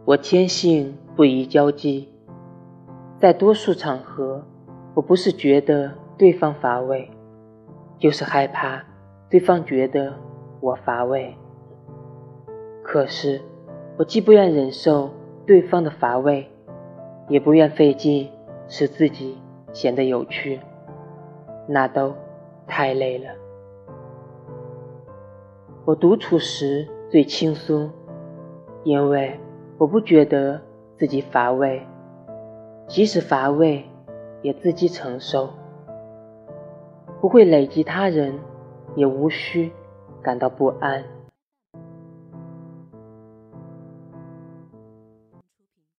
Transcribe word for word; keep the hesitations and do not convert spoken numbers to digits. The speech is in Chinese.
我谦信不宜交际，在多数场合，我不是觉得对方乏味，就是害怕对方觉得我乏味。可是我既不愿忍受对方的乏味，也不愿费劲使自己显得有趣，那都太累了。我独处时最轻松，因为我不觉得自己乏味，即使乏味也自己承受，不会累及他人，也无需感到不安。